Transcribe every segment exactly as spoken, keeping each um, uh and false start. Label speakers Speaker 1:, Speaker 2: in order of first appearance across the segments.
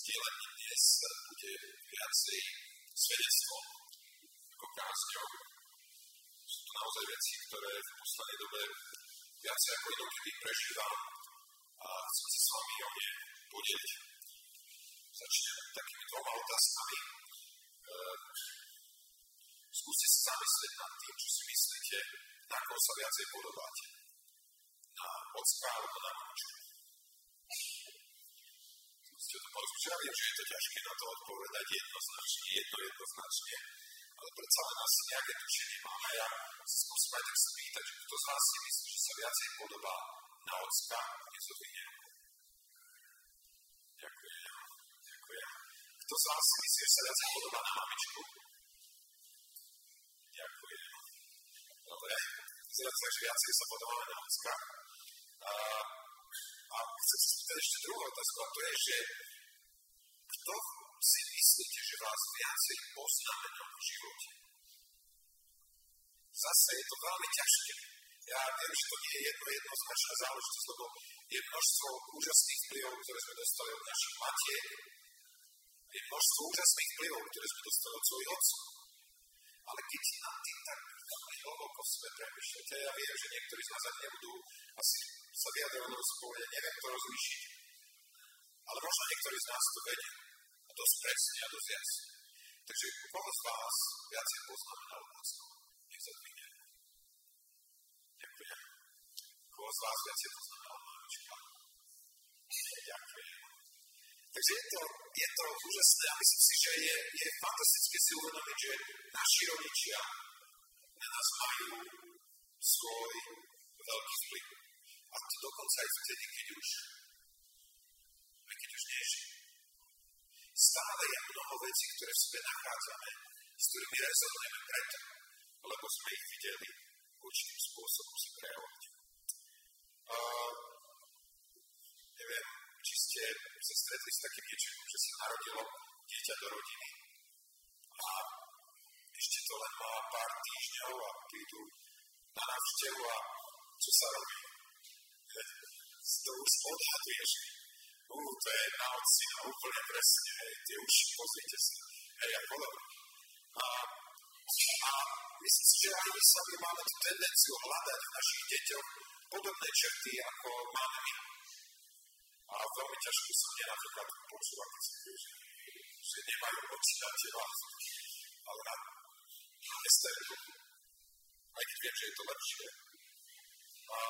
Speaker 1: Dielenie dnes bude viacej svedectvom ako kázňou. Sú to naozaj veci, ktoré v poslednej dobe viacej ako inokedy prežívam a chcem sa s vami o ne podeliť. Začnem takými dvoma otázkami. Skúste sa zamyslieť nad tým, čo si myslíte, na koho sa viacej podobáte. Na ocka alebo na mamičku. Skúste to porozmýšľať. Ja viem, že je to ťažké na to odpovedať jednoznačne, jedno jednoznačne, ale predsa len asi nejaké tušenie máme. Ja sa skúsim aj tak spýtať, že kto z vás si myslí, že sa viacej podobá na ocka, keď sa vyhne. Ďakujem, ďakujem. Kto z vás si myslí, že sa viacej podobá na mamičku? Ďakujem. Dobre, vyzerá to tak, že viacej sa podobáme na ocka. A, a chcem sa spýtať ešte druhú otázku, a to je, že kto si myslíte, že vás viacej poznamenal v živote? Zase je to veľmi ťažké. Ja viem, že to nie je jedno jednoznačná záležitosť, lebo je množstvo úžasných vplyvov, ktoré sme dostali od našich matiek, je množstvo úžasných vplyvov, ktoré sme dostali od svojich otcov. Ale keď nad tým tak veľmi hlboko v sebe premýšľate, ja viem, že niektorí z nás ani nebudú asi sa vyjadrovať do spovedia, neviem to rozlíšiť. Ale možno niektorí z nás to vedia. A dosť presne a dosť jasne. Takže koho z vás viacej poznamenal otcov? Nech sa dvíne. Ďakujem. Koho z vás viacej poznamenal mamička? Ďakujem. Takže je to, je to úžasné a myslím si, že je, je fantastické si uvedomiť, že naši rodičia na nás majú svoj veľký vplyv. A to dokonca aj vtedy, keď už, keď už nežijú. Stále je mnoho vecí, ktoré v sebe nachádzame, s ktorými rezonujeme preto, lebo sme ich videli určitým spôsobom si prejavovať. Uh, neviem, či ste sa stretli s takým niečím, že sa narodilo dieťa do rodiny a ešte to len má pár týždňov a prídu na návštevu a čo sa robí? To už odhaduješ. Ú, to je na otcina, úplne presne, hej, tie uši, pozrite sa, hej, a podobne. A, a myslím si, že aj my sami máme tú tendenciu hľadať v našich deťoch podobné črty, ako máme my. A veľmi ťažko sa mne napríklad počúva, keď si povie, že, že nemajú oči na teba, ale na, na nestajú. Aj keď viem, že je to lepšie. A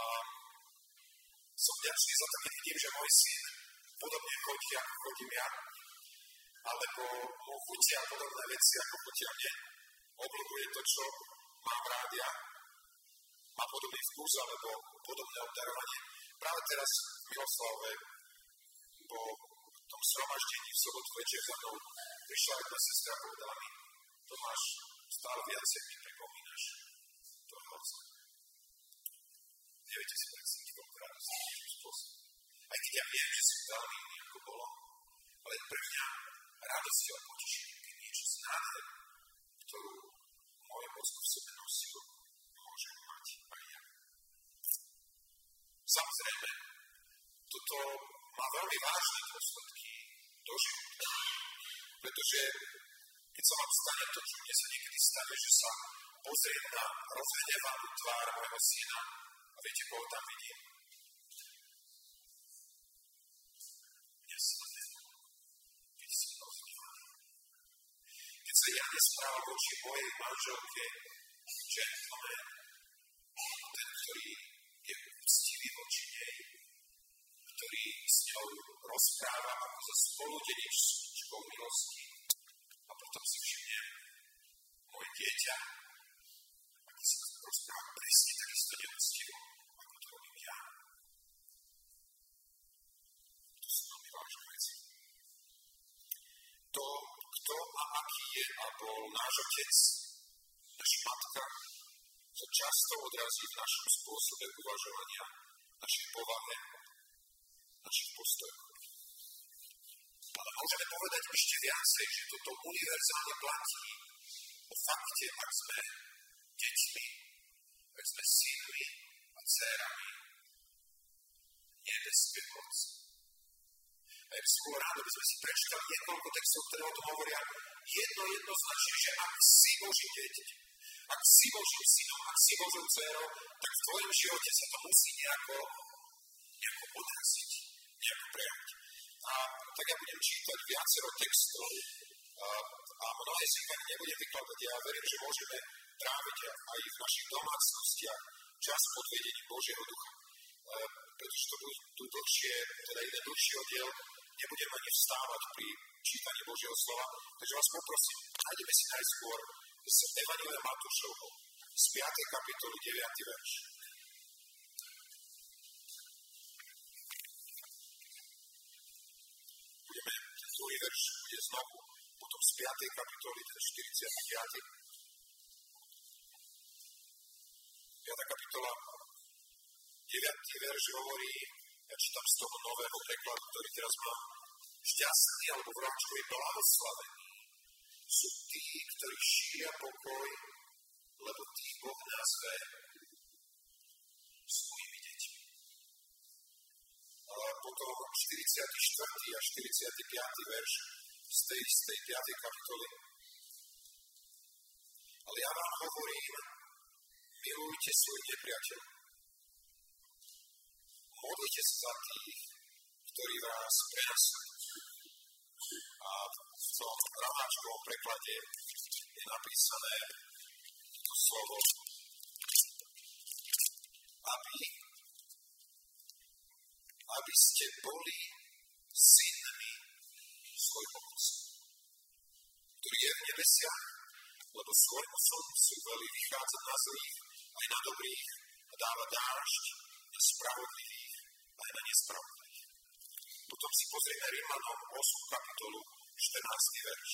Speaker 1: som vďačný za to, keď vidím, že môj syn podobne chodí, ako chodím ja, alebo mu chutia podobné veci, ako chutia mne. Obľúbuje to, čo mám rád ja. Má podobný vkus, alebo podobné obdarovanie. Práve teraz v Miloslave po tom shromaždení v sobotu večer za mnou prišla jedna sestra a povedala mi: Tomáš, stále viacej mi pripomínaš toho otca. Neviete si predstaviť, koľkokrát sa takým spôsobom. Aj keď ja viem, že som veľmi iný, ako bolo, ale pre mňa radosťou a potešením, keď niečo z nádheru, ktorú moje mozgu v sebe nosil, môžem mať aj ja. Samozrejme, toto má veľmi vážne dôsledky do života, pretože keď sa vám stane to, čo mne sa niekedy stane, že sa pozriem na rozhnevanú tvár môjho syna a viete, koho tam vidím? Mňa samého, keď som rozhnevaný. Keď sa ja nesprávam voči mojej manželke, gentleman, ten, ktorý je úctivý voči nej, ktorý s ňou rozpráva ako so spoludeničkou milosti, a potom si všimnem moje dieťa, ako sa rozpráva presne takisto neúctivo, ako to robím ja. To sú veľmi vážne veci. To, kto a aký je a bol náš otec, naša matka, sa často odrazí v našom spôsobe uvažovania, našej povahe, našich postojoch. Ale môžeme povedať ešte viacej, že toto univerzálne platí o fakte, ak sme deťmi, ak sme synmi a dcérami nebeského Otca. A ja by som bol rád, aby sme si prečítali niekoľko textov, ktoré o tom hovoria jedno jednoznačne, že ak si Boží dieťa, ak si Božím synom, ak si Božou dcérou, tak v tvojom živote sa to musí nejako, nejako odraziť, nejako prejaviť. A tak ja budem čítať viacero textov a, a mnohé si ich ani nebudem vykladať. Ja verím, že môžeme tráviť aj v našich domácnostiach čas pod vedením Božieho ducha. E, pretože to budú dlhšie, teda jeden dlhší oddiel, nebudem ani vstávať pri čítaní Božieho slova, takže vás poprosím, nájdeme si najskôr z Evanjelia Matúšovho z piatej kapitoly deviaty verš. Budeme, ten druhý verš bude znovu, potom z piatej kapitoly, ten štyridsiaty piaty piata kapitola, deviaty verš hovorí, ja čítam z toho nového prekladu, ktorý teraz mám, šťastný alebo v Rómčovi blahoslavení sú tí, ktorí šíria pokoj, lebo tých Boh nazve svojimi deťmi. A potom štyridsiaty štvrtý a štyridsiaty piaty verš z tej istej piatej kapitoly. Ale ja vám hovorím, milujte svojich nepriateľov. Modlite sa za tých, ktorí vás prenasledujú. A v tom ramáčkovom preklade je napísané to slovo, aby, aby ste boli synmi svojho Otca, ktorý je v nebesiach, lebo svojmu slncu velí vychádzať na zlých aj na dobrých a dáva dážď na spravodlivých aj na nespravodlivých. Potom si pozrieme Rímanom ôsmu kapitolu, štrnásty verš.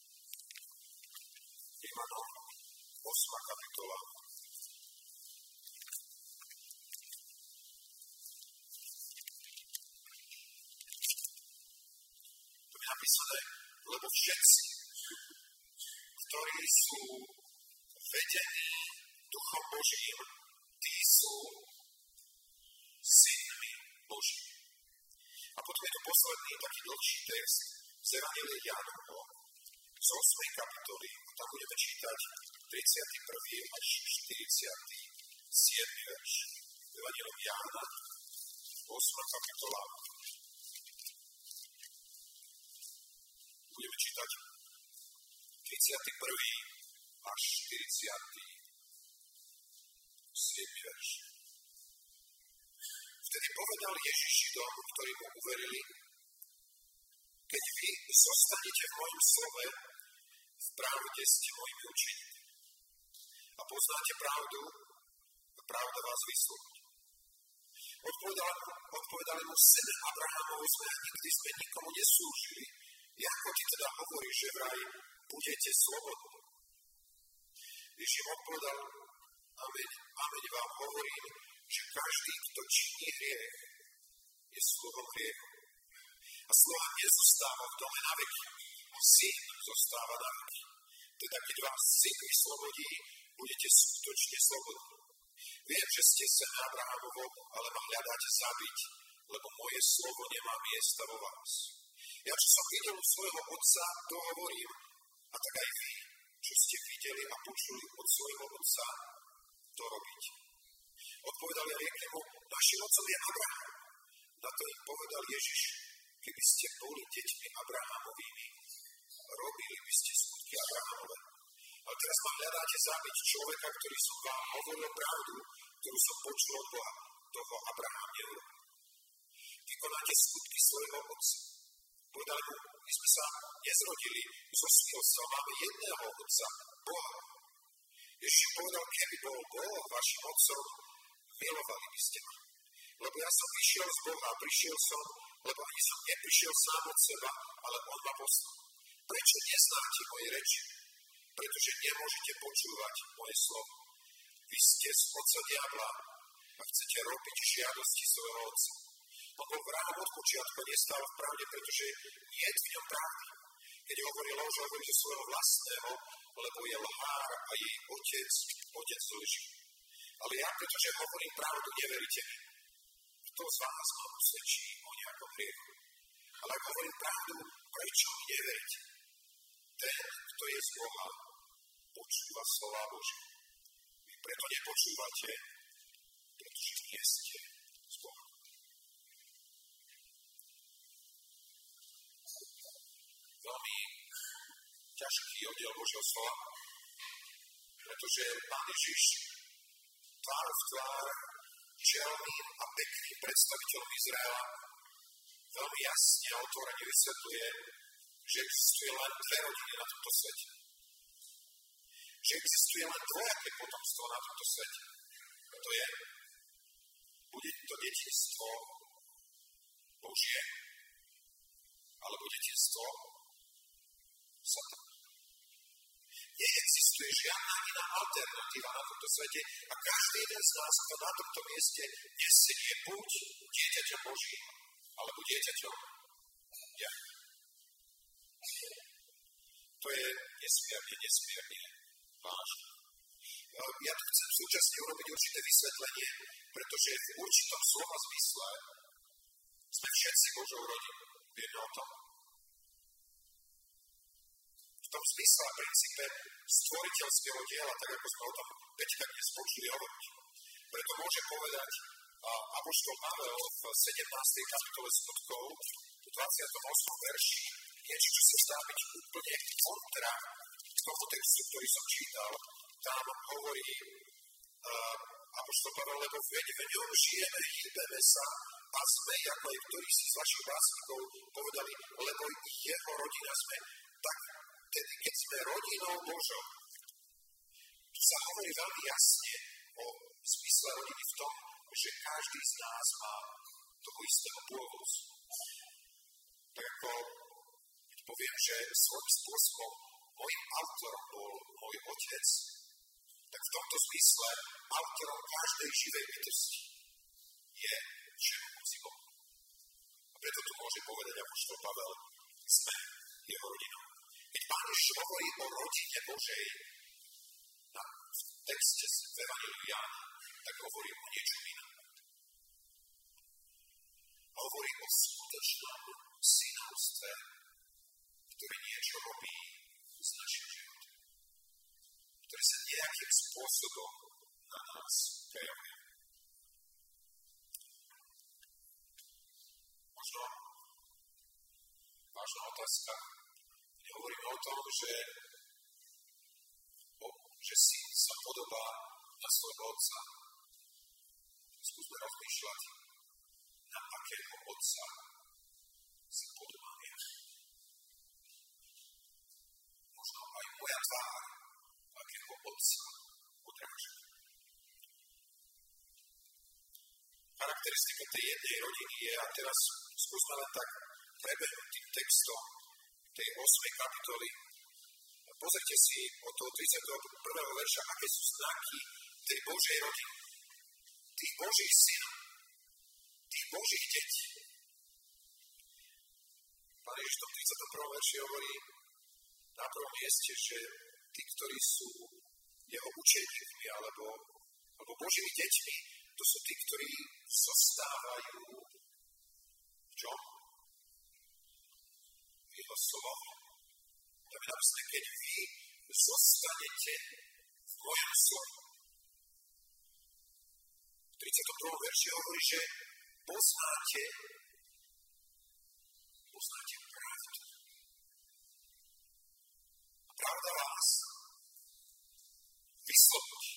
Speaker 1: Rímanom ôsma kapitola. To je napísané, lebo všetci, ktorí sú vedení Duchom Božím, tí sú synmi Božími. A potom je to posledný taký dlhší text z Evanjelia Jánovho z ôsmej kapitoly. Tam budeme čítať tridsiaty prvý až štyridsiaty siedmy verš. Evanjelium Jána, ôsma kapitola. Budeme čítať tridsiaty prvý až štyridsiaty siedmy verš. Vtedy povedal Ježiš Židom, ktorí mu uverili, keď vy zostanete v mojom slove, v pravde ste mojimi učeníkmi. A poznáte pravdu, a pravda vás vyslobodí. Odpovedali, odpovedali mu, syne Abrahamov sme a nikdy sme nikomu neslúžili. Ako ty teda hovoríš, že vraj budete slobodní? Ježiš im odpovedal, amen, amen vám hovorím, že každý, kto činí hriech, je sluhom hriechu. A sluha nezostáva v dome na veky, syn zostáva na veky. Teda keď vás syn vyslobodí, budete skutočne slobodní. Viem, že ste syna Abrahamovo, ale ma hľadáte zabiť, lebo moje slovo nemá miesta vo vás. Ja, čo som videl u svojho otca, to hovorím, a tak aj vy, čo ste videli a počuli od svojho otca, to robíte. Odpovedali a riekli mu, našim otcom je Abraham. Na to im povedal Ježiš, keby ste boli deťmi Abrahamovými, robili by ste skutky Abrahamove. Ale teraz ma hľadáte zabiť človeka, ktorý som vám hovoril pravdu, ktorú som počul od Boha. Toho Abraham neurobil. Vykonáte skutky svojho otca. Povedali mu, my sme sa nezrodili zo smilstva, máme jedného otca, Boha. Ježiš povedal, keby bol Boh vašim otcom, milovali by ste ma. Lebo ja som vyšiel z Boha, prišiel som, lebo ani som neprišiel sám od seba, ale on ma poslal. Prečo neznáte moje reči? Pretože nemôžete počúvať moje slovo. Vy ste z otca diabla a chcete robiť žiadosti svojho otca. On bol vrahom od počiatku a nestál v pravde, pretože nie je v ňom pravdy. Keď hovorí lož, hovorí zo svojho vlastného, lebo je lhár a jej otec, otec lží. Ale ja, pretože hovorím pravdu, neveríte mi. Kto z vás ma usvedčí o nejakom hriechu? Ale ak hovorím pravdu, prečo mi neveriť? Ten, kto je z Boha, počúva slova Božie. Vy preto nepočúvate, pretože nie ste z Boha. Veľmi ťažký oddiel Božieho slova, pretože Pán Ježiš tvár v tvár čelným a pekným predstaviteľom Izraela veľmi jasne a otvorene vysvetľuje, že existuje len dve rodiny na tomto svete. Že existuje len dvojaké potomstvo na tomto svete. A to je, bude to detinstvo Božie, alebo detinstvo Satana. Neexistuje žiadna iná alternatíva na tomto svete a každý jeden z nás, kto na tomto mieste nesie, je buď dieťaťom Božím, alebo dieťaťom ja. To je nesmierne, nesmierne vážne. Ja tu chcem súčasne urobiť určité vysvetlenie, pretože v určitom slova zmysle sme všetci Božou rodinou. Vieme o tom? V tom zmysle a princípe stvoriteľského diela, tak ako sme o tom päťka dnes počuli hovoriť. Preto môže povedať apoštol Pavel v sedemnástej kapitole Skutkov, v dvadsiatom ôsmom verši, niečo, čo sa zdá byť úplne kontra k tomu textu, ktorý som čítal. Tam hovorí uh, apoštol Pavel, lebo veď v ňom žijeme, hýbeme sa a sme, ako aj ktorí si z vašich básnikov povedali, lebo i jeho rodina sme. Tak tedy, keď sme rodinou Božou, tu sa hovorí veľmi jasne o zmysle rodiny v tom, že každý z nás má toho istého pôvodu. Tak ako keď poviem, že svojím spôsobom mojím autorom bol môj otec, tak v tomto zmysle autorom každej živej bytosti je všemohúci Boh. A preto tu môže povedať apoštol Pavel, sme jeho rodinou. Keď Pán Ježiš hovorí o rodine Božej na texte z Evanjeliu Jána, tak hovorí o niečom inom. Hovorí o skutočnom synovstve, ktoré niečo robí s našim životom, ktoré sa nejakým spôsobom na nás prejavuje. Možno vážna otázka. Nehovoríme o tom, že, o, že syn sa podobá na svojho otca. Skúsme rozmýšľať, na akého otca sa podobám ja. Možno aj moja tvár, akého otca odráža. Charakteristika tej jednej rodiny je, a teraz skúsme len tak prebehnúť tým textom tej ôsmej kapitoly. Pozrite si od toho tridsiateho prvého verša, aké sú znaky tej Božej rodiny. Tých Božích synov, tých Božích detí. Pán Ježiš v tom tridsiatom prvom verši hovorí na prvom mieste, že tí, ktorí sú jeho učeníkmi alebo, alebo Božími deťmi, to sú tí, ktorí zostávajú v čom? V jeho slovo. Tam je napísané, keď vy zostanete v mojom slovu. V tridsiatom druhom verši hovorí, že poznáte, poznáte pravdu. A pravda vás vyslobodí.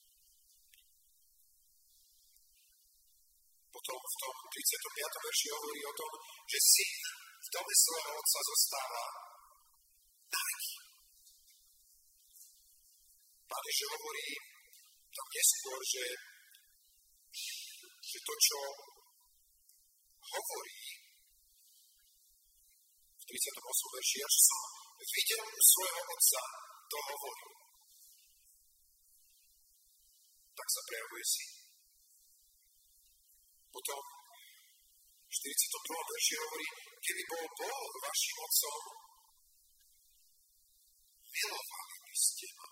Speaker 1: Potom v tom tridsiatom piatom verši hovorí o tom, že syn v dome svojho otca zostáva nahý. Pán Ježiš hovorí tam neskôr, že, že to, čo hovorí v tridsiatom ôsmom verši, ja čo som videl u svojho otca, to hovorí. Tak sa prejavuje syn. Potom v štyridsiatom druhom verši hovorí, keby bol Boh vašim otcom, milovali by ste ma.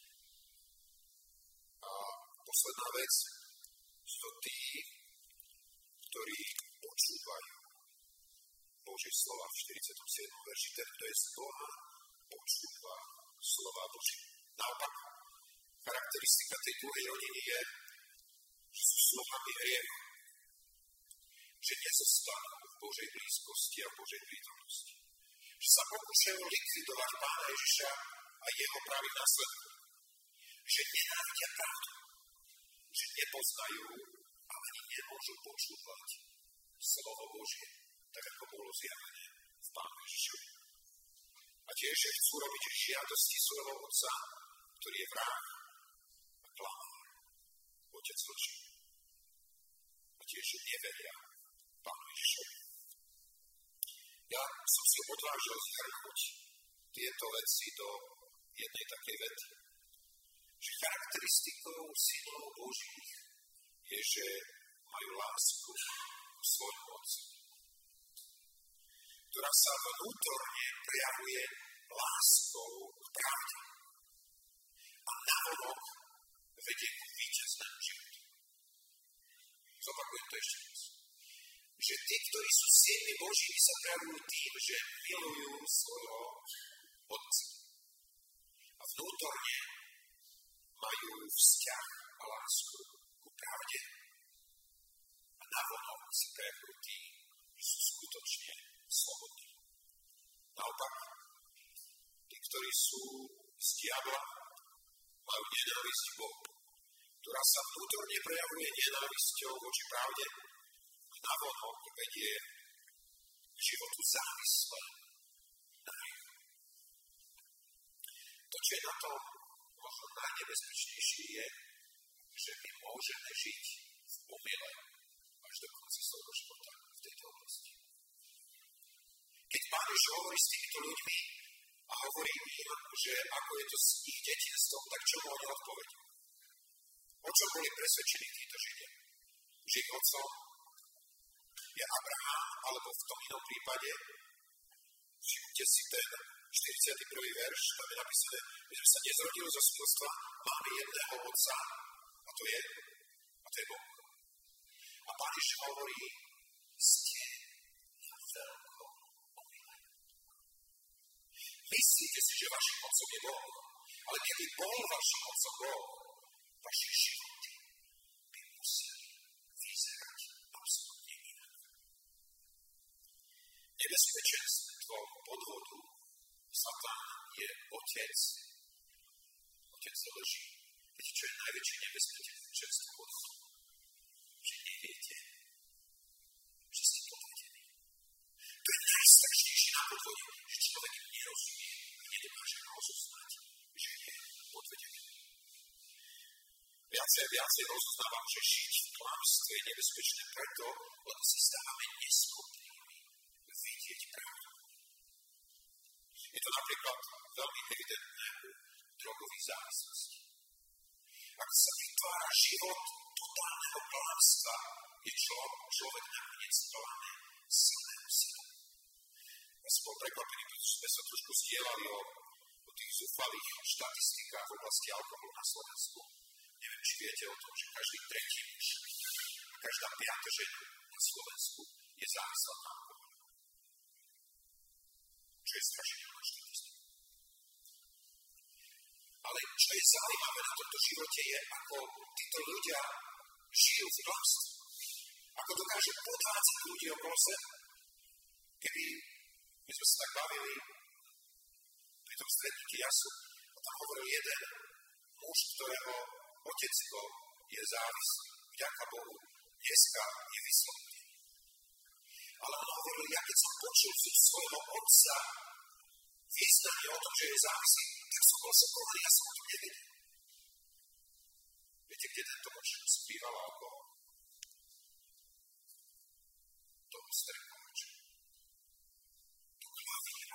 Speaker 1: A posledná vec, sú to tí, ktorí počúvajú Božie slova v štyridsiatom siedmom verši. Ten, kto je z Boha, počúva slova Božie. Naopak, charakteristika tej druhej rodiny je, že sú slovami hriechu. Že nezostanú v Božej blízkosti a v Božej prítomnosti. Že sa pokúšajú likvidovať Pána Ježiša a jeho pravých následkov. Že nenávidia pravdu. Že nepoznajú a ani nemôžu počúvať slovo Božie, tak ako bolo zjavené v Pánu Ježišovi. A tiež, že chcú robiť žiadosti svojho otca, ktorý je vrah a klamár, otec lži. A tiež, že neveria Pánu Ježišovi. Ja som si odvážil zhrnúť tieto veci do jednej takej vety, že charakteristikou synov Božích je, že majú lásku k svojmu otcu, ktorá sa vnútorne prejavuje láskou k pravde a navonok vedie k víťaznému životu. Zopakujem to ešte raz. Že tí, ktorí sú synmi Božími, sa prejavujú tým, že milujú svojho otca. A vnútorne majú vzťah a lásku ku pravde. A navonok sa prejavujú tým, že sú skutočne slobodní. Naopak, tí, ktorí sú z diabla, majú nenávisť k Bohu, ktorá sa vnútorne prejavuje nenávisťou voči pravde a navonok vedie k životu závislé na ňu. To, čo je na tom možno najnebezpečnejšie, je, že my môžeme žiť v omyle až do konca svojho života v tejto oblasti. Keď Pán Ježiš hovorí s týmito ľuďmi a hovorí im, že ako je to s ich detinstvom, tak čo mu oni odpovedú? O čom boli presvedčení títo Židia? Že ich otcom je Abraham, alebo v tom inom prípade, všimnite si ten štyridsiaty prvý verš, tam je napísané, že sme sa nezrodili zo smilstva, máme jedného otca, a to je, a to je Boh. A Pán Ježiš hovorí, ste na veľkom omyle. Myslíte si, že vašim otcom je Boh, ale keby bol vašim otcom Boh, vaše životy by museli vyzerať absolútne inak. Nebezpečenstvo podvodu, Satan je otec, otec lží. Viete, čo je najväčšie nebezpečenstvo podvodu? Že neviete, že ste podvedení. To je najstrašnejšie na podvode, že človek nerozumie a nedokáže rozoznať, že je podvedený. Viacej a viacej rozoznávam, že žiť v klamstve je nebezpečné preto, lebo si stávame neschopnými vidieť pravdu. Je to napríklad veľmi evidentné u drogových závislostí. Ak sa vytvára život totálneho klamstva, je člo, človek nakoniec klame samému sebe. Ja som bol prekvapený, pretože sme sa trošku zdieľali o, o tých zúfalých štatistikách v oblasti alkoholu na Slovensku. Neviem, či viete o tom, že každý tretí muž a každá piata žena na Slovensku je závislá na alkoholu. Čo je strašidelná štatistika. Ale čo je zaujímavé na tomto živote je, ako títo ľudia žijú v klamstve. Ako dokážu podvádzať ľudí okolo seba. Keby my sme sa tak bavili pri tom stretnutí jasu, a tam hovoril jeden muž, ktorého otecko je závislý. Vďaka Bohu, dneska je vyslovený. Ale on hovoril, ja keď som počul z svojho otca význanie o tom, že je závislý, tak som bol sokovaný, ja som o tom nevedel. Viete, kde tento muž spíval alkohol? Do strekovača. Do klavíra.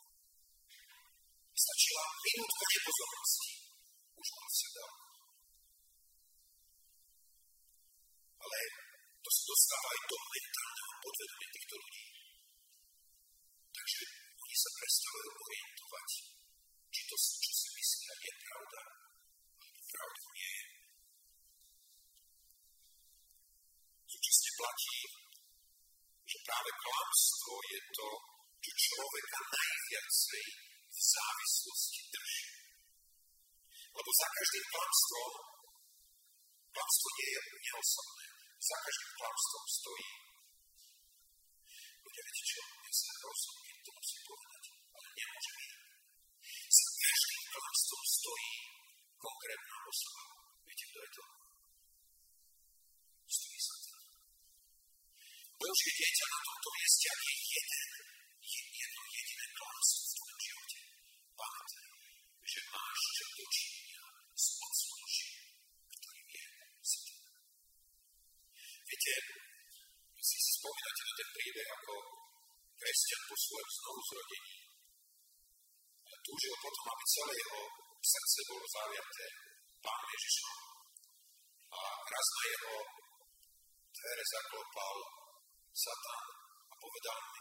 Speaker 1: Stačila minútka nepozornosti. Už on si dal. Ale to sa dostáva aj do mentálneho podvedomia týchto ľudí. Takže oni sa prestávajú orientovať, či to, čo si myslia, je pravda, alebo pravda nie je. Súčasne platí, že práve práve klamstvo je to, čo človeka najviacej v závislosti drží. Lebo za každým klamstvom, klamstvo nie je neosobné, za každým klamstvom stojí. Ľudia, viete čo, ja sa rozumiem, to musím povedať, ale nemôžem inak. Za každým klamstvom stojí konkrétna osoba. Viete, kto je to? Stojí sa to. Božie dieťa na tomto mieste, ak je jeden, je jedno jediné klamstvo v tvojom živote. Pamätaj, že máš čo dočinenia s Otcom Božím, ktorý je Satan. Viete, si si spomínate na ten príbeh, ako kresťan po svojom znovuzrodení túžil potom, aby celé jeho srdce bolo zaviaté Pánom Ježišom. A raz na jeho dvere zaklopal Satan a povedal mu,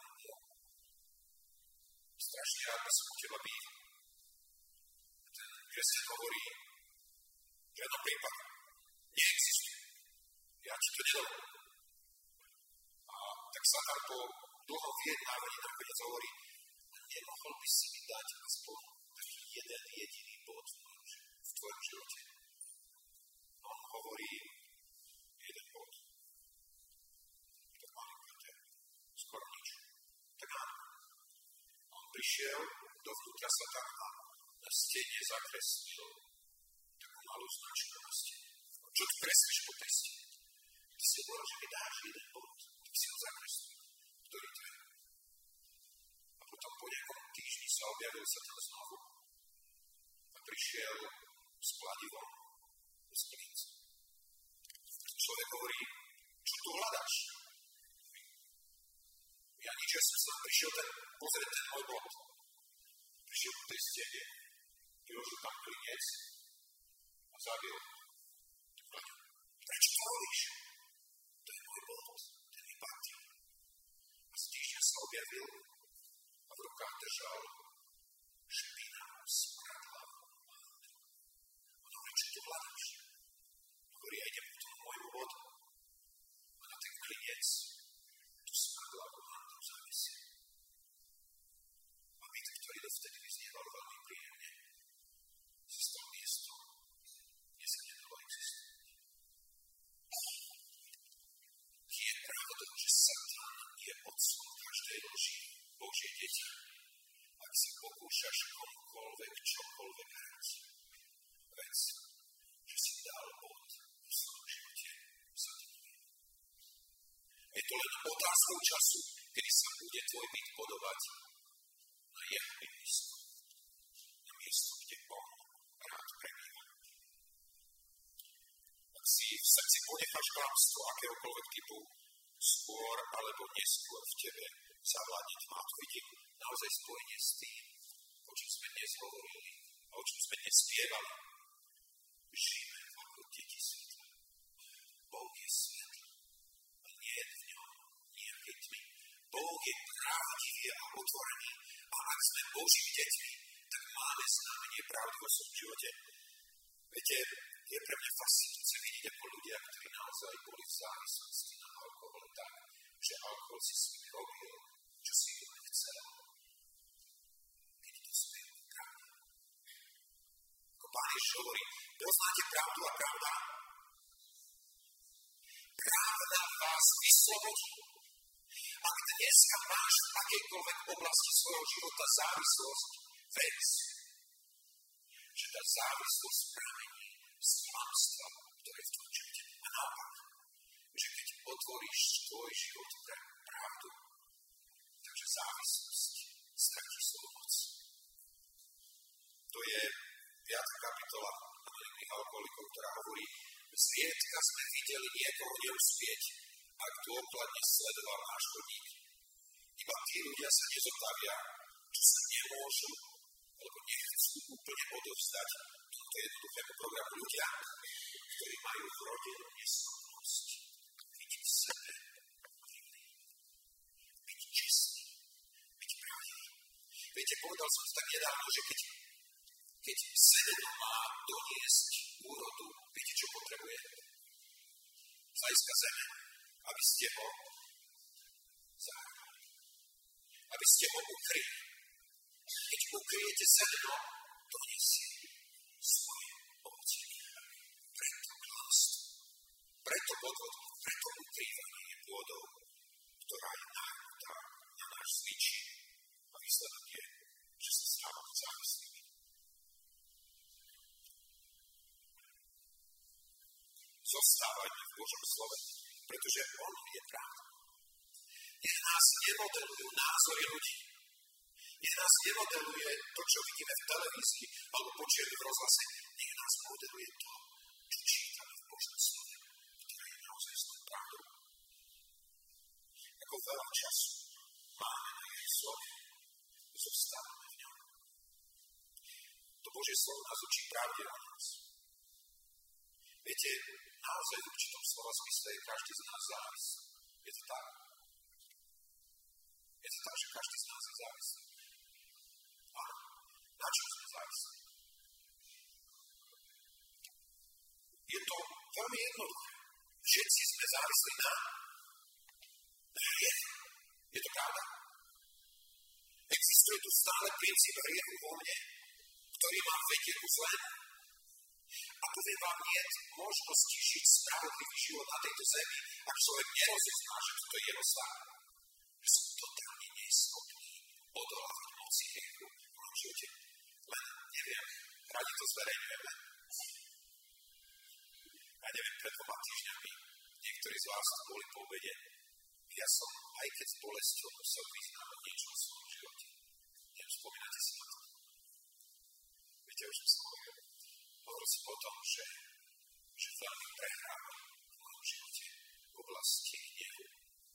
Speaker 1: strašne rád by som u teba býval. Ten kresťan hovorí, v žiadnom prípade neexistuje. Ja ti to nedovolím. A tak Satan po dlhom vyjednávaní nakoniec hovorí, nemohol by si mi dať aspoň taký jeden jediný bod v tvojom živote. On hovorí jeden bod. Tak malinkáte, skoro nič. Tak áno. On prišiel dovnútra Satana na stene zakreslil takú malú značku na stene. Čo tu kreslíš po tej stene? Ty si hovoril, že mi dáš jeden bod, tak si ho zakreslil. Ktorý to je? A potom po nejakom týždni sa objavil Satan znovu a prišiel s kladivom z klinca. Človek hovorí, čo tu hľadáš? Ja nič, ja som sa prišiel ten, pozrieť ten môj bod. Prišiel po tej stene, vyložil tam klinec a zabil. Prečo to robíš? To je môj bod, ten mi patrí. A z týždňa sa objavil a v rukách držal špinavú smradlavú mantu. On hovorí, čo tu hľadáš? Hovorí, ja idem k tomu môjmu bodu. A na ten klinec tú smradlavú mantu zavisí. A byt, ktorý dovtedy vyznieval veľmi príjemne, si stal miestom, kde sa nedalo existovať. Je pravdou, že Satan je otcom každej loži Božie deti. Ak sa pokúšaš komukoľvek, čokoľvek hrať, vec, že si dal bod v svojom živote Satanovi. Je to len otázkou času, kedy sa bude tvoj byt podobať na jeho bydlisko, na miesto, kde on rád prebýva. Ak si v srdci ponecháš klamstvo akéhokoľvek typu, skôr alebo neskôr v tebe zavládne tma. Tu vidím naozaj spojenie s tým, o čom sme dnes hovorili a o čom sme dnes spievali. Žijeme ako deti svetla. Boh je svetlo a nie je v ňom nejakej tmy. Boh je pravdivý a otvorený a ak sme Božími deťmi, tak máme znamenie pravdy vo svojom živote. Viete, je pre mňa fascinujúce vidieť, ako ľudia, ktorí naozaj boli v závislosti na alkohol tak, že alkohol si s nimi robil, čo si ich nechcel. Keď to spejú v pravde. Ako Pán Ježiš hovorí, poznáte pravdu a pravda? Pravda vás vyslobodí. Ak dneska máš v akejkoľvek oblasti svojho života závislosť, vec, že tá závislosť pramení z klamstva, ktoré je v tvojom živote. A naopak, že keď otvoríš tvoj život pre pravdu, takže závislosť stratí svoju moc. To je piata kapitola Anonymných alkoholikov, ktorá hovorí, zriedka sme videli niekoho neúspieť, ak dôkladne sledoval náš chodník. Iba tí ľudia sa nezotavia, čo sa nemôžu, alebo nechcú úplne odovzdať tomuto jednoduchému programu. Ľudia, ktorí majú vrodenú neschopnosť vidieť v sebe divný, byť čestný, byť pravdivý. Viete, povedal som tak nedávno, že keď, keď semeno má doniesť úrodu, viete, čo potrebuje? Z hľadiska zeme, aby ste ho zahrali. aby ste ho ukryli. Keď ukryjete zrno, to nesie svoje ovocie. Preto klamstvo, preto podvod, preto ukrývanie je pôdou, ktorá je nahnutá na náš zvyčí a výsledok je, že sa stávame závislými. Zostávajme v Božom slove, pretože ono je pravda. Nech nás nemodelujú názory ľudí. Nech nás nemodeluje to, čo vidíme v televízii alebo počujeme v rozhlase. Nech nás modeluje to, čo čítame v Božom slove, ktoré je naozaj zlou pravdou. Ako veľa času máme na jej slove, zostávame v ňom. To Božie slovo nás učí pravde o nás. Viete, naozaj v určitom slova zmysle je každý z nás závislý. Je to tak? Je to tak, že každý z nás je závislý. Áno. Na čom sme závislí? Je to veľmi jednoduché. Všetci sme závislí na hriechu. Je to pravda? Existuje tu stále princíp hriechu vo mne, ktorý má vedie ku zlému. A poviem vám, nie je možnosti žiť spravodlivý život na tejto zemi, ak človek nerozozná, že toto je jeho stav. Že som totálne neschopný odolávať moci hriechu v mojom živote. Len neviem, radi to zverejňujeme. Ja neviem, pred dvoma týždňami niektorí z vás boli po obede. Ja som, aj keď s bolesťou, musel vyznávať niečo o svojom živote. Neviem, spomínate si na to. Viete, už som sa hovoril. Hovoril som o tom, že, že veľmi prehrávam v mojom živote v oblasti hnevu.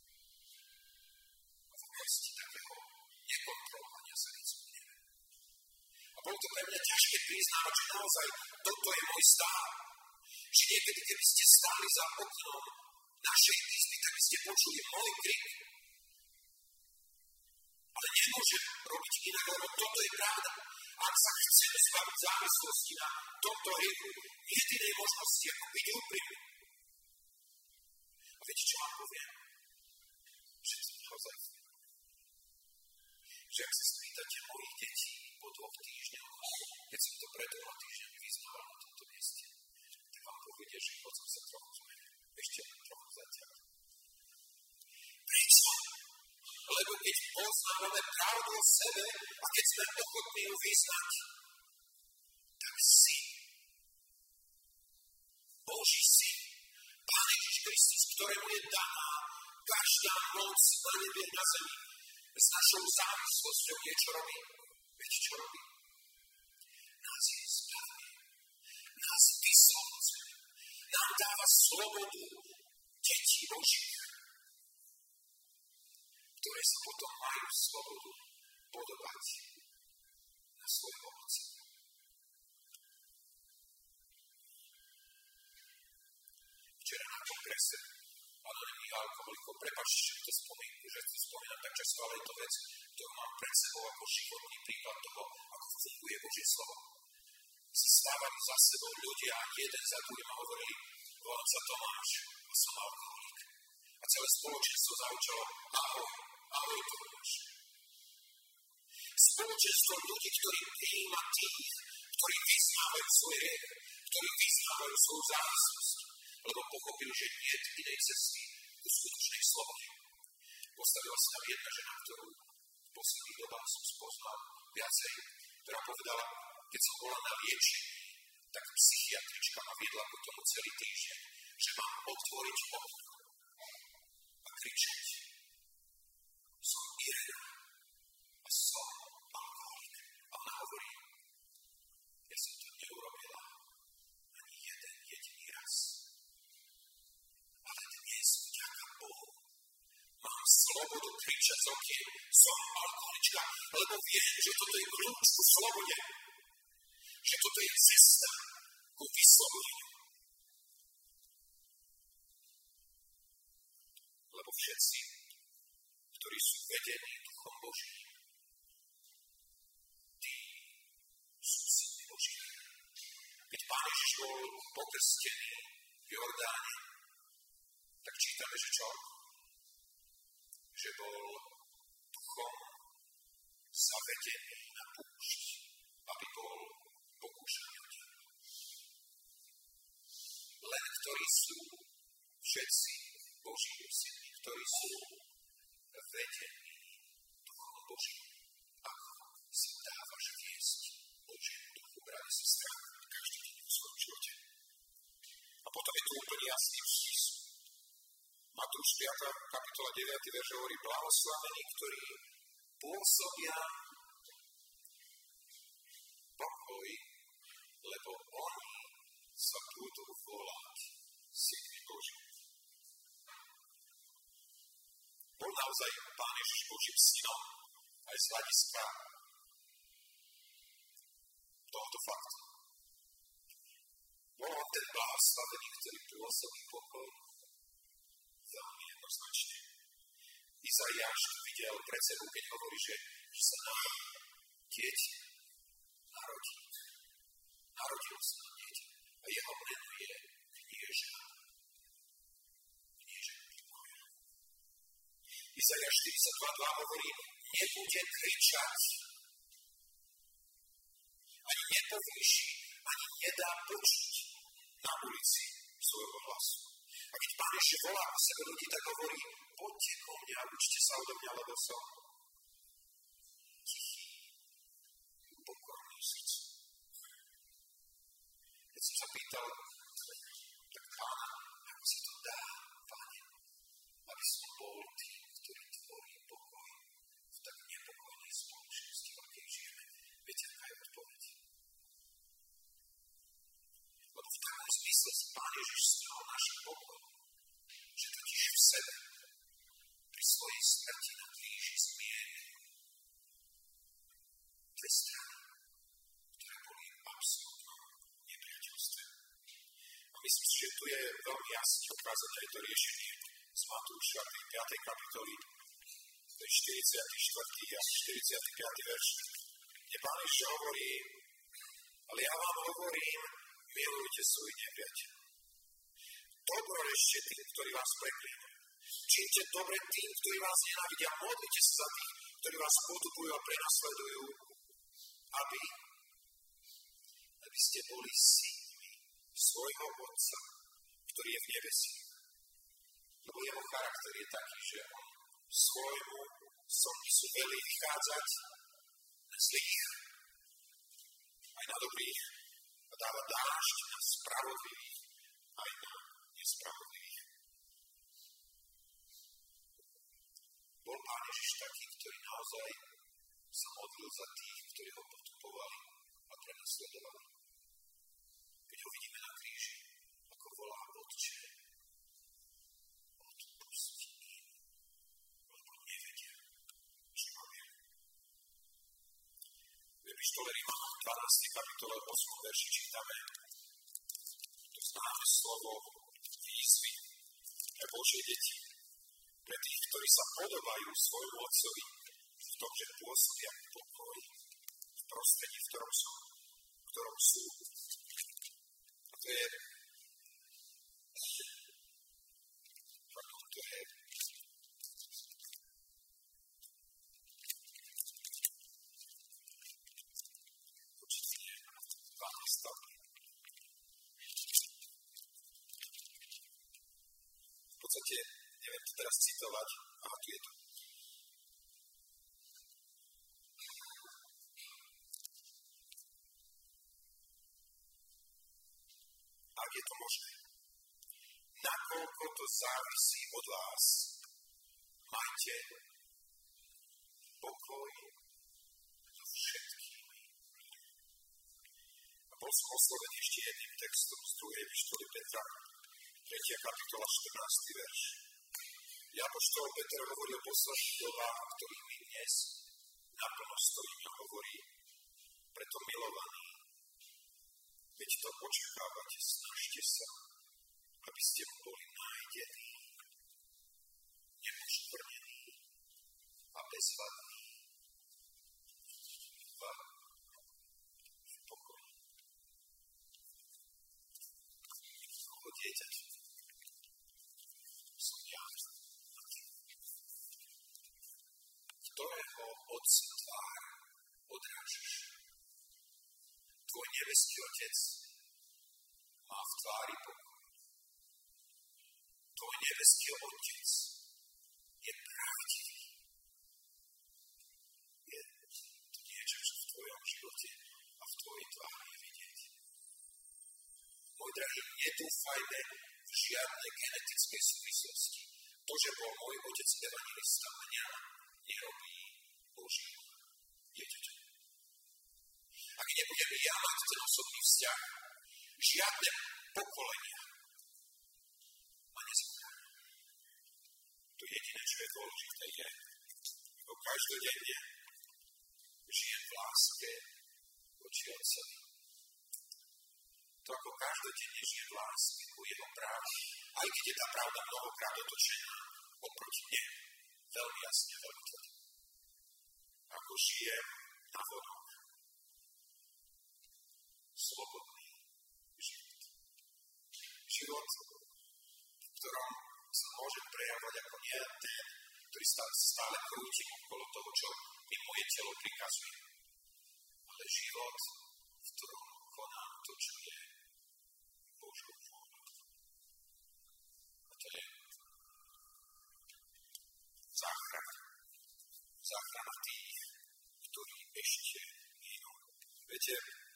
Speaker 1: A v oblasti takého nekontrolovania sa, keď som hnevu. A bolo to pre mňa ťažké priznávať, že naozaj toto je môj stav. Že niekedy, keby ste stáli za oknom našej izby, tak by ste počuli môj krik. Ale nemôžem robiť inak, lebo toto je pravda. Ak sa chceme zbaviť závislosti na tomto hriechu, jedinej možnosti, ako byť úprimný. A viete, čo vám poviem? Že som naozaj že ak sa spýtate mojich detí po dvoch týždňoch, keď som to pred dvoma týždňami vyznával na tomto mieste, tak vám povedia, že hoď som sa trochu zmenil. Ešte len trochu zatiaľ. Prečo? Lebo keď poznávame pravdu o sebe a keď sme ochotní ju vyznať, tak syn, Boží syn, Pán Ježiš Kristus, ktorému je daná každá moc na nebi na zemi, s našou závislosťou niečo robí. Viete, čo robí? Nás je zbavuje, nás vysloboduje, nám dáva slobodu detí Božích, ktoré sa potom majú slobodu podobať na svojho Otca. Včera na kongrese anonymných alkoholikov, prepáčte, že to spomínam, že to spomínam tak často, ale je to vec, ktorú mám pred sebou ako životný príklad toho, ako funguje Božie slovo. Si stávali za sebou ľudia a jeden za druhým a hovorili, volám sa Tomáš a som alkoholik. A celé spoločenstvo zaučalo, ahoj, ahoj Tomáš. Spoločenstvo ľudí, ktorí prijíma tých, ktorí vyznávajú svoj hriech, ktorí vyznávajú svoju závislosť, lebo pochopili, že nie je inej cesty ku skutočnej slobode. Postavila sa tam jedna žena, ktorú v posledných dobách som spoznal viacej, ktorá povedala, keď som bola na liečení, tak psychiatrička ma viedla ku tomu celý týždeň, že mám otvoriť okno a kričať. Som Irena a som alkoholik. A ona hovorí, ja som to neurobila ani jeden jediný raz. Ale dnes, vďaka Bohu, mám slobodu kričať z okien. Som alkoholička, lebo viem, že toto je kľúč ku slobode. Že toto je cesta ku vyslobodeniu. Lebo všetci, ktorí sú vedení Duchom Božím, tí sú synmi Boží. Keď Pán Ježiš bol pokrstený v Jordáne, tak čítame, že čo? Že bol duchom zavedený na púšť, aby bol pokúšaný od diabla. Len ktorí sú všetci Božími synmi, ktorí sú vedení Duchom Božím, ako sa dávaš viesť Božiemu duchu, brali si strach každý deň v svojom živote. A potom je tu úplne jasný vstis. Matúš piata kapitola deviaty verš hovorí: blahoslavení, ktorí pôsobia pokoj, lebo oni sa budú volať synmi Boží. Bol naozaj Pán Ježiš Božím synom aj z hľadiska tohoto faktu. Bol on ten blahoslavený, ktorý pôsobí pokoj? Veľmi jednoznačne. Izaiáš to videl pred sebou, keď hovorí, že, že sa nám dieťa narodí. Narodilo sa nám dieťa a jeho meno je knieža. Knieža pokoja. Izaiáš štyridsaťdva dva hovorí: nebude kričať, ani nepovýši, ani nedá počuť na ulici svojho hlasu. A keď Pán Ježiš volá po sebe ľudí, tak hovorí: poďte ko mňa a učte sa odo mňa, lebo som tichý, pokorný srdcom. Keď som sa pýtal, tak Pána, ako sa to dá, Pane, aby som bol tým, ktorý tvorí pokoj v tak nepokojnej spoločnosti, v akej žijeme, viete, aká je odpoveď? Lebo v takom zmysle si Pán Ježiš stal náš pokoj, že totiž v sebe pri svojej smrti na kríži zmieril dve strany, ktoré boli v absolútnom nepriateľstve. A myslím si, že tu je veľmi jasne ukázať aj to riešenie z Matúša piatej kapitoly, to je štyridsiaty štvrtý a štyridsiaty piaty verš, kde Pán Ježiš hovorí: ale ja vám hovorím, milujte svojich nepriateľov. Dobro ešte tým, ktorí vás preklínajú. Čínte dobre tým, ktorí vás nenávidia. Modlite sa za tých, ktorí vás potupujú a prenasledujú, aby, aby ste boli synmi svojho Otca, ktorý je v nebesí. Lebo jeho charakter je taký, že on svojmu slncu velí vychádzať na zlých aj na dobrých a dáva dážď na spravodlivých aj na nespravodlivých. Bol Pán Ježiš taký, ktorý naozaj sa modlil za tých, ktorí ho potupovali a prenasledovali. Keď ho vidíme na kríži, ako volá: Otče, odpusti im, lebo nevedia, čo robia. V epištole Rimanom dvanástej kapitole ôsmom verši čítame to známe slovo výzvy pre Božie deti, pre tých, ktorí sa podobajú svojmu Otcovi v tom, že pôsobia pokoj v prostredí, v ktorom sú. V ktorom sú. A to je pardon, to je určite dvanásta. V podstate neviem to teraz citovať, ale tu je to. Ak je to možné, nakoľko to závisí od vás, majte pokoj so všetkými. A bol som oslovený ešte jedným textom z druhej epištoly Petra, tretia kapitola, štrnásty verš. Apoštol Peter hovoril o posledných dobách, ktorých my dnes naplno stojíme, a hovorí: preto milovaní, keď to očakávate, snažte sa, aby ste boli nájdení, nepoškvrnení a bezvadní v pokoji. Ako dieťaťa som ja, ktorého Otec tvár odrážaš. Tvoj nebeský Otec má v tvári pokoj. Tvoj nebeský Otec je pravdivý. Je to niečo, čo v tvojom živote a v tvojej tvári je vidieť. Môj drahý, nedúfajme v žiadne genetické súvislosti. To, že bol môj otec evangelista, mňa nerobí Božím dieťaťom. Ak nebudem ja mať ten osobný vzťah, žiadne pokolenia ma nezachránia. To jediné, čo je dôležité, je, ako každodenne žijem v láske voči Otcovi. To, ako každodenne žijem v láske ku jeho pravde, aj keď je tá pravda mnohokrát otočená oproti mne, veľmi jasne, veľmi tvrdé. Ako žijem na vonok slobodný život. Život, v ktorom sa môžem prejavovať ako nie ten, ktorý stále krútim okolo toho, čo mi moje telo prikazuje. Ale život, v ktorom konám to, čo je Božou vôľou. A to je záchrana. Záchrana tých, ktorí ešte hynú. Viete,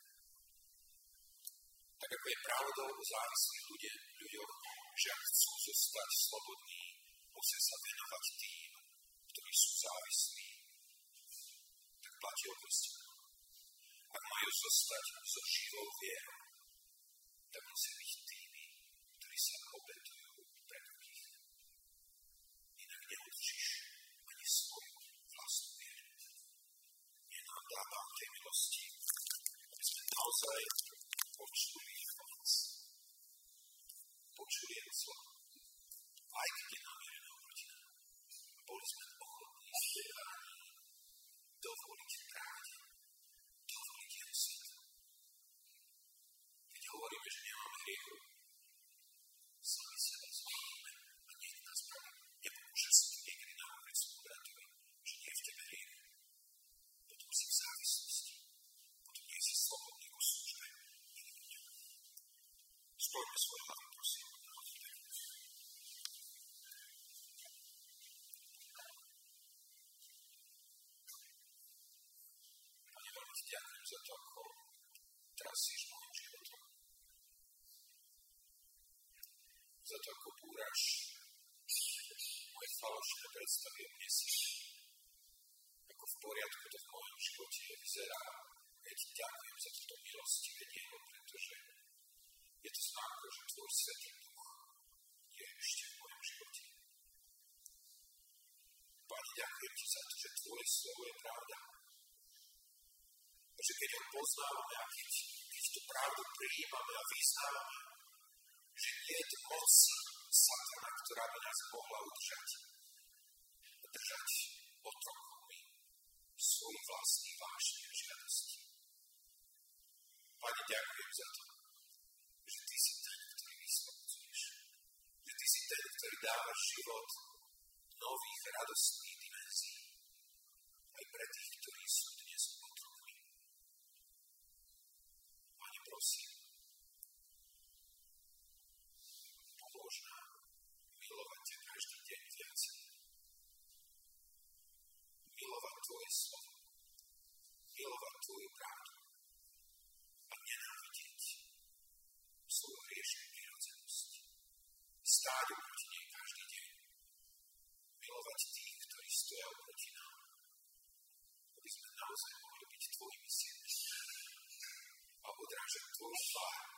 Speaker 1: tak ako je pravdou o závislých ľudia, ľuďoch, že ak chcú zostať slobodní, musia sa venovať tým, ktorí sú závislí, tak platí o kresťanov. Ak majú zostať so živou vierou, tak musia byť tými, ktorí sa obetujú pre druhých. Inak neudržíš ani svoju vlastnú vieru. Nie nám dávam tej milosti, aby sme naozaj počuli pomoc. Počuli jeho slovo. Aj keď je namierené oproti nám. Boli sme ochotní vzdelání dovoliť pravde. Dovoliť jeho svetlo. Keď hovoríme, že nemáme hriechu, sami seba zvolíme a niekto nás praví. Nepomôže si tu niekedy nahovoriť svojmu bratovi, že nie je v tebe hriech. Potom si v závislosti. Potom nie si slobodný vo službe. Skloňme svoje hlavy, prosím. Pane, veľmi ti ďakujem za to, ako trasíš môjim životom. Za to, ako búraš moje falošné predstavy o mne si. Ako v poriadku to v mojom živote vyzerá. Ja ti ďakujem za túto milostivé dielo, pretože je to známko, že tvoj Svätý Duch je ešte v mojom živote. Pane, ďakujem ti za to, že tvoje slovo je pravda. A že keď ho poznávame a keď, keď tú pravdu prijímame a vyznávame, že nie je to moc satana, ktorá by nás mohla udržať. A držať otrokmi svojich vlastných vášnych žiadostí. Pane, ďakujem za to, že ty si ten, ktorý vyslobodzuješ. Že ty si ten, ktorý dávaš život nových radostných dimenzií. Aj pre tých, ktorí sú dnes otrokmi. Pane, prosím, pomôž nám milovať ťa každý deň viacej. Milovať tvoje slovo. Milovať tvoju pravdu. A nenávidieť svoju hriešnú prírodzenosť. Stáť oproti nej každý deň. Milovať tých, ktorí stoja oproti nám. Aby sme naozaj mohli byť tvojimi synmi a odrážať tvoju tvár